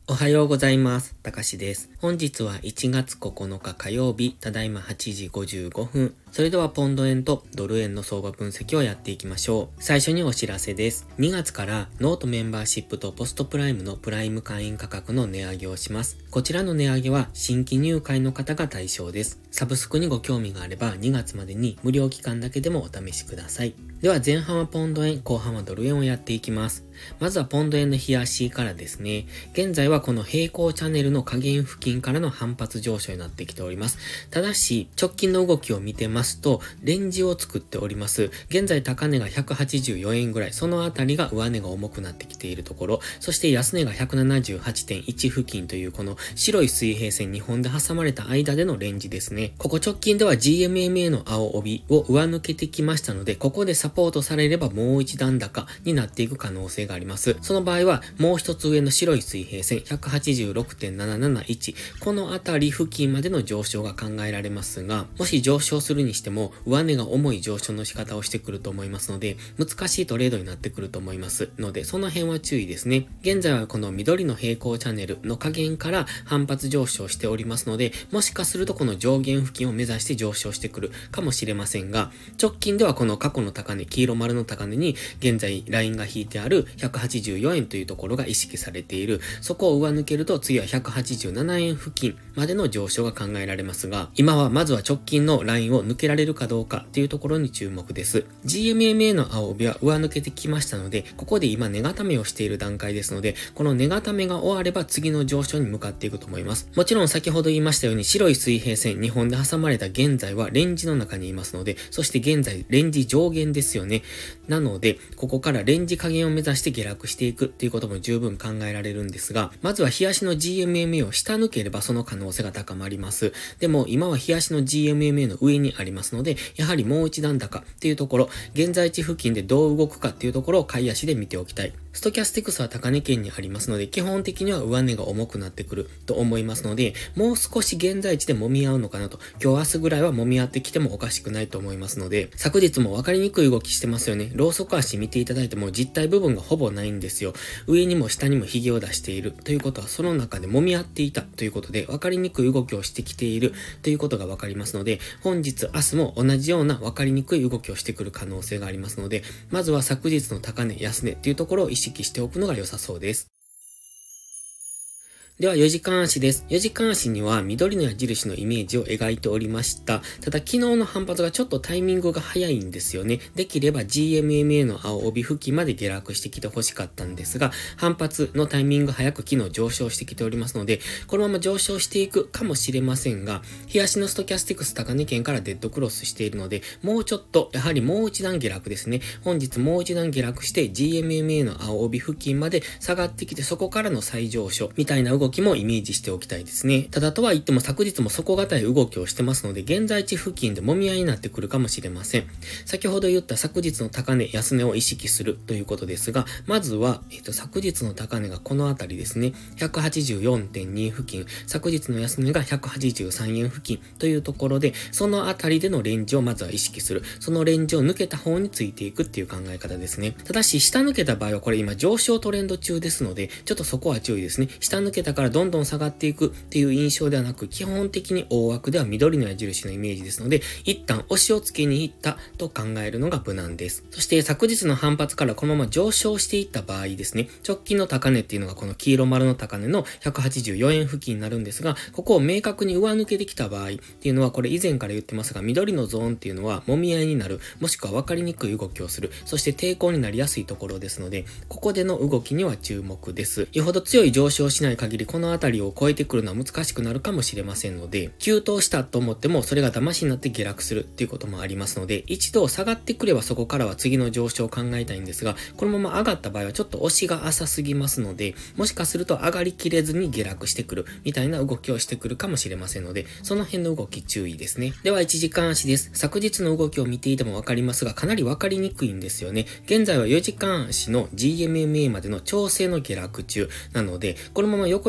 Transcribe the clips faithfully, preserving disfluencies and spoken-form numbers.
おはようございます。たかしです。本日はいちがつここのか火曜日、ただいまはちじごじゅうごふん。それではポンド円とドル円の相場分析をやっていきましょう。最初にお知らせです。にがつからノートメンバーシップとポストプライムのプライム会員価格の値上げをします。こちらの値上げは新規入会の方が対象です。サブスクにご興味があればにがつまでに無料期間だけでもお試しください。では前半はポンド円、後半はドル円をやっていきます。まずはポンド円の日足からですね。現在はこの平行チャンネルの下限付近からの反発上昇になってきております。ただし、直近の動きを見てますと、レンジを作っております。現在高値がひゃくはちじゅうよえんぐらい、そのあたりが上値が重くなってきているところ、そして安値が ひゃくななじゅうはちてんいち 付近というこの白い水平線にほんで挟まれた間でのレンジですね。ここ直近では ジーエムエムエー の青帯を上抜けてきましたので、ここでサポートされればもう一段高になっていく可能性があります。その場合は、もう一つ上の白い水平線 ひゃくはちじゅうろくてんなななないち、このあたり付近までの上昇が考えられますが、もし上昇するにしても、上値が重い上昇の仕方をしてくると思いますので、難しいトレードになってくると思いますので、その辺は注意ですね。現在はこの緑の平行チャンネルの下限から反発上昇しておりますので、もしかするとこの上限付近を目指して上昇してくるかもしれませんが、直近ではこの過去の高値、黄色丸の高値に現在ラインが引いてあるひゃくはちじゅうよえんというところが意識されている。そこを上抜けると次はひゃくはちじゅうななえん付近までの上昇が考えられますが、今はまずは直近のラインを抜けられるかどうかというところに注目です。ジーエムエムエー の青帯は上抜けてきましたので、ここで今値固めをしている段階ですので、この値固めが終われば次の上昇に向かっていくと思います。もちろん先ほど言いましたように白い水平線にほんで挟まれた現在はレンジの中にいますので、そして現在レンジ上限ですよね。なので、ここからレンジ加減を目指して下落していくっていうことも十分考えられるんですが、まずは日足の ジーエムエムエー を下抜ければその可能性が高まります。でも今は日足の ジーエムエムエー の上にありますので、やはりもう一段高っていうところ、現在地付近でどう動くかっていうところを買い足で見ておきたい。ストキャスティクスは高値圏にありますので、基本的には上値が重くなってくると思いますので、もう少し現在地で揉み合うのかなと、今日明日ぐらいは揉み合ってきてもおかしくないと思いますので、昨日も分かりにくい動きしてますよね。ローソク足見ていただいても実体部分がほぼないんですよ。上にも下にも髭を出しているということは、その中で揉み合っていたということで、分かりにくい動きをしてきているということが分かりますので、本日明日も同じような分かりにくい動きをしてくる可能性がありますので、まずは昨日の高値、安値っていうところを意識しておくのが良さそうです。ではよじかん足です。よじかん足には緑の矢印のイメージを描いておりました。ただ昨日の反発がちょっとタイミングが早いんですよね。できれば ジーエムエムエー の青帯付近まで下落してきて欲しかったんですが、反発のタイミング早く昨日上昇してきておりますので、このまま上昇していくかもしれませんが、日足のストキャスティクス高値圏からデッドクロスしているので、もうちょっと、やはりもう一段下落ですね。本日もう一段下落して ジーエムエムエー の青帯付近まで下がってきて、そこからの再上昇みたいな動きもイメージしておきたいですね。ただとは言っても昨日も底堅い動きをしてますので、現在地付近で揉み合いになってくるかもしれません。先ほど言った昨日の高値、安値を意識するということですが、まずは、えっと、昨日の高値がこのあたりですね。ひゃくはちじゅうよんてんに 付近、昨日の安値がひゃくはちじゅうさんえん付近というところで、そのあたりでのレンジをまずは意識する。そのレンジを抜けた方についていくっていう考え方ですね。ただし、下抜けた場合はこれ今上昇トレンド中ですので、ちょっとそこは注意ですね。下抜けたからどんどん下がっていくっていう印象ではなく、基本的に大枠では緑の矢印のイメージですので、一旦押しをつけに行ったと考えるのが無難です。そして昨日の反発からこのまま上昇していった場合ですね、直近の高値っていうのがこの黄色丸の高値のひゃくはちじゅうよえん付近になるんですが、ここを明確に上抜けてきた場合っていうのは、これ以前から言ってますが、緑のゾーンっていうのは揉み合いになる、もしくは分かりにくい動きをする、そして抵抗になりやすいところですので、ここでの動きには注目です。よほど強い上昇しない限りこのあたりを超えてくるのは難しくなるかもしれませんので、急騰したと思ってもそれが騙しになって下落するっていうこともありますので、一度下がってくればそこからは次の上昇を考えたいんですが、このまま上がった場合はちょっと押しが浅すぎますので、もしかすると上がりきれずに下落してくるみたいな動きをしてくるかもしれませんので、その辺の動き注意ですね。ではいちじかん足です。昨日の動きを見ていてもわかりますが、かなりわかりにくいんですよね。現在はよじかん足の ジーエムエムエー までの調整の下落中なので、このまま横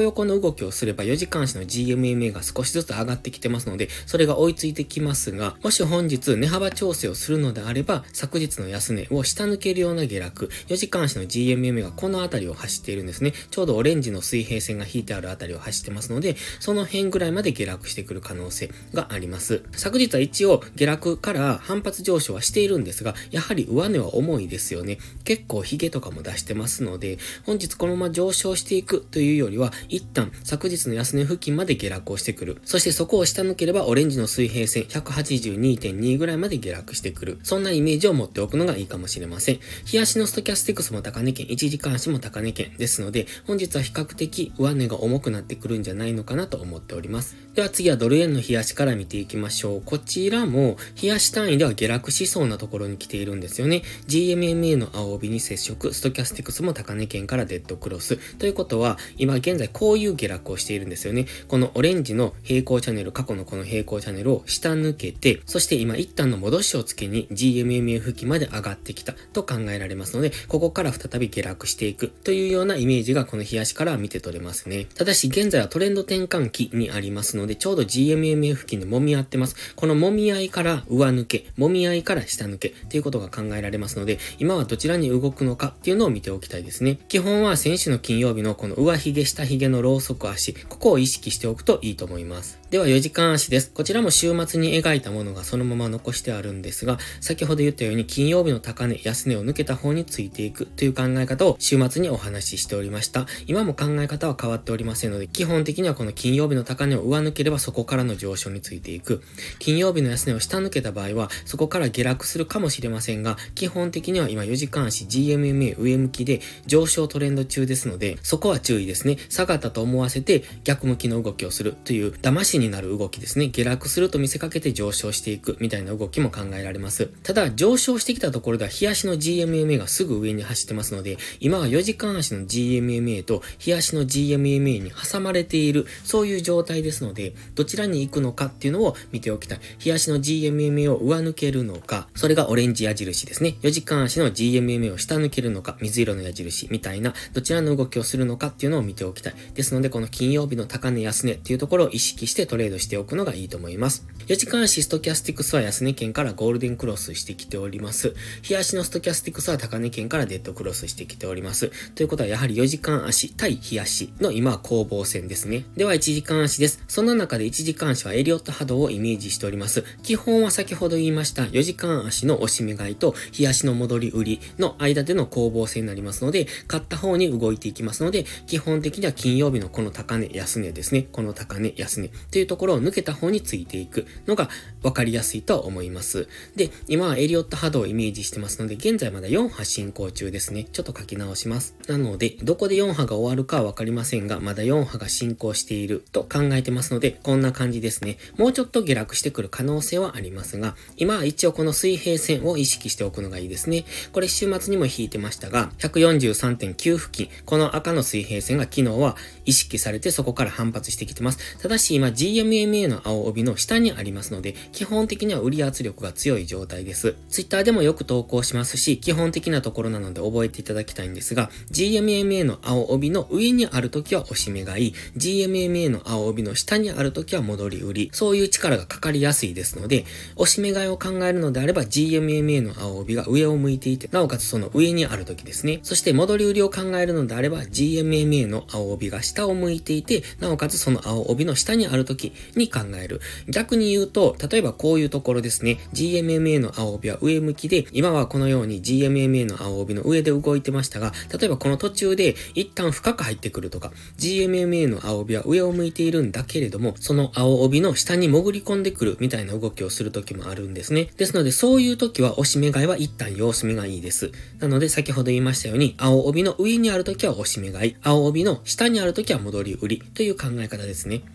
横の動きをすればよじかん足の ジーエムエムエー が少しずつ上がってきてますので、それが追いついてきますが、もし本日値幅調整をするのであれば、昨日の安値を下抜けるような下落、よじかん足の ジーエムエムエー がこの辺りを走っているんですね。ちょうどオレンジの水平線が引いてある辺りを走ってますので、その辺ぐらいまで下落してくる可能性があります。昨日は一応下落から反発上昇はしているんですが、やはり上値は重いですよね。結構ヒゲとかも出してますので、本日このまま上昇していくというよりは、一旦昨日の安値付近まで下落をしてくる。そしてそこを下抜ければオレンジの水平線 ひゃくはちじゅうにてんに ぐらいまで下落してくる。そんなイメージを持っておくのがいいかもしれません。日足のストキャスティクスも高値圏、いちじかん足も高値圏ですので、本日は比較的上値が重くなってくるんじゃないのかなと思っております。では次はドル円の日足から見ていきましょう。こちらも日足単位では下落しそうなところに来ているんですよね。ジーエムエムエー の青帯に接触、ストキャスティクスも高値圏からデッドクロス。ということは、今現在こういう下落をしているんですよね。このオレンジの平行チャンネル、過去のこの平行チャンネルを下抜けて、そして今一旦の戻しをつけに ジーエムエムエー 付近まで上がってきたと考えられますので、ここから再び下落していくというようなイメージがこの日足からは見て取れますね。ただし現在はトレンド転換期にありますので、ちょうど ジーエムエムエー 付近で揉み合ってます。この揉み合いから上抜け、揉み合いから下抜けということが考えられますので、今はどちらに動くのかっていうのを見ておきたいですね。基本は先週の金曜日のこの上髭下髭のローソク足、ここを意識しておくといいと思います。ではよじかん足です。こちらも週末に描いたものがそのまま残してあるんですが、先ほど言ったように金曜日の高値、安値を抜けた方についていくという考え方を週末にお話ししておりました。今も考え方は変わっておりませんので、基本的にはこの金曜日の高値を上抜ければそこからの上昇についていく。金曜日の安値を下抜けた場合は、そこから下落するかもしれませんが、基本的には今よじかん足 ジーエムエムエー 上向きで上昇トレンド中ですので、そこは注意ですね。下がったと思わせて逆向きの動きをするという騙しになる動きですね。下落すると見せかけて上昇していくみたいな動きも考えられます。ただ、上昇してきたところでは日足の ジーエムエムエー がすぐ上に走ってますので、今はよじかん足の ジーエムエムエー と日足の ジーエムエムエー に挟まれている、そういう状態ですので、どちらに行くのかっていうのを見ておきたい。日足の ジーエムエムエー を上抜けるのか、それがオレンジ矢印ですね。よじかん足の ジーエムエムエー を下抜けるのか、水色の矢印みたいな、どちらの動きをするのかっていうのを見ておきたい。ですので、この金曜日の高値安値っていうところを意識してトレードしておくのがいいと思います。よじかん足ストキャスティクスは安値圏からゴールデンクロスしてきております。日足のストキャスティクスは高値圏からデッドクロスしてきております。ということはやはりよじかん足対日足の今は攻防戦ですね。ではいちじかん足です。その中でいちじかん足はエリオット波動をイメージしております。基本は先ほど言いましたよじかん足の押し目買いと日足の戻り売りの間での攻防戦になりますので、買った方に動いていきますので、基本的には金曜日のこの高値安値ですね。この高値安値というところを抜けた方についていくのが分かりやすいと思います。で、今はエリオット波動をイメージしてますので、現在まだよん波進行中ですね。ちょっと書き直します。なので、どこでよん波が終わるかは分かりませんが、まだよん波が進行していると考えてますので、こんな感じですね。もうちょっと下落してくる可能性はありますが、今は一応この水平線を意識しておくのがいいですね。これ週末にも引いてましたが、ひゃくよんじゅうさんてんきゅう 付近、この赤の水平線が昨日は意識されてそこから反発してきてます。ただし今 ジーエムエムエー の青帯の下にありますので、基本的には売り圧力が強い状態です。ツイッターでもよく投稿しますし、基本的なところなので覚えていただきたいんですが、ジーエムエムエー の青帯の上にあるときは押し目買い、ジーエムエムエー の青帯の下にあるときは戻り売り、そういう力がかかりやすいですので、押し目買いを考えるのであれば ジーエムエムエー の青帯が上を向いていて、なおかつその上にあるときですね。そして戻り売りを考えるのであれば ジーエムエムエー の青帯が下を向いていて、なおかつその青帯の下にあるときに考える。逆に言うと、例えばこういうところですね。ジーエムエムエー の青帯は上向きで、今はこのように ジーエムエムエー の青帯の上で動いてましたが、例えばこの途中で一旦深く入ってくるとか、ジーエムエムエー の青帯は上を向いているんだけれども、その青帯の下に潜り込んでくるみたいな動きをするときもあるんですね。ですのでそういうときは押し目買いは一旦様子見がいいです。なので先ほど言いましたように、青帯の上にあるときは押し目買い、青帯の下にあるときは戻り売りという考え方ですね。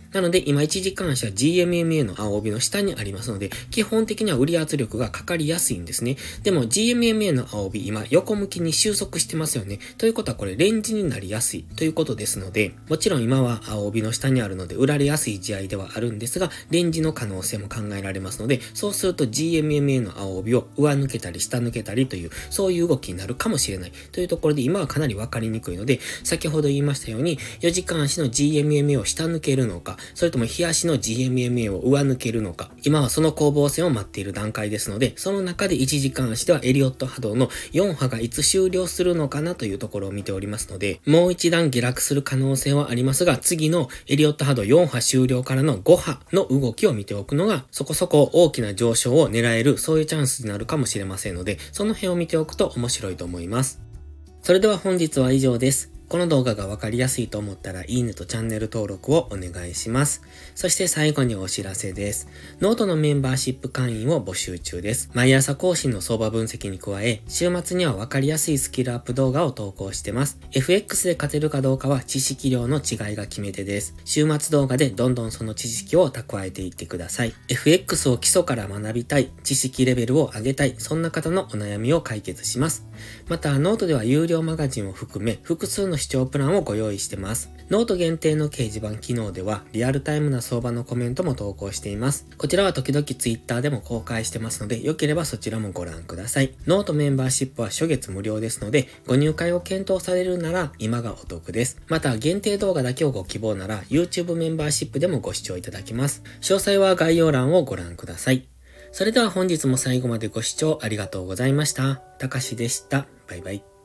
なので今いちじかん足は ジーエムエムエー の青帯の下にありますので、基本的には売り圧力がかかりやすいんですね。でも ジーエムエムエー の青帯今横向きに収束してますよね。ということはこれレンジになりやすいということですので、もちろん今は青帯の下にあるので売られやすい試合ではあるんですが、レンジの可能性も考えられますので、そうすると ジーエムエムエー の青帯を上抜けたり下抜けたりという、そういう動きになるかもしれないというところで、今はかなりわかりにくいので、先ほど言いましたようによじかん足の ジーエムエムエー を下抜けるのか、それとも日足の ジーエムエムエー を上抜けるのか、今はその攻防戦を待っている段階ですので、その中でいちじかん足ではエリオット波動のよん波がいつ終了するのかなというところを見ておりますので、もう一段下落する可能性はありますが、次のエリオット波動よん波終了からのご波の動きを見ておくのが、そこそこ大きな上昇を狙える、そういうチャンスになるかもしれませんので、その辺を見ておくと面白いと思います。それでは本日は以上です。この動画がわかりやすいと思ったらいいねとチャンネル登録をお願いします。そして最後にお知らせです。ノートのメンバーシップ会員を募集中です。毎朝更新の相場分析に加え、週末にはわかりやすいスキルアップ動画を投稿してます。エフエックス で勝てるかどうかは知識量の違いが決め手です。週末動画でどんどんその知識を蓄えていってください。エフエックス を基礎から学びたい、知識レベルを上げたい、そんな方のお悩みを解決します。また、ノートでは有料マガジンを含め、複数の視聴プランをご用意してます。ノート限定の掲示板機能では、リアルタイムな相場のコメントも投稿しています。こちらは時々 Twitter でも公開してますので、よければそちらもご覧ください。ノートメンバーシップは初月無料ですので、ご入会を検討されるなら今がお得です。また、限定動画だけをご希望なら、YouTube メンバーシップでもご視聴いただけます。詳細は概要欄をご覧ください。それでは本日も最後までご視聴ありがとうございました。たかしでした。バイバイ。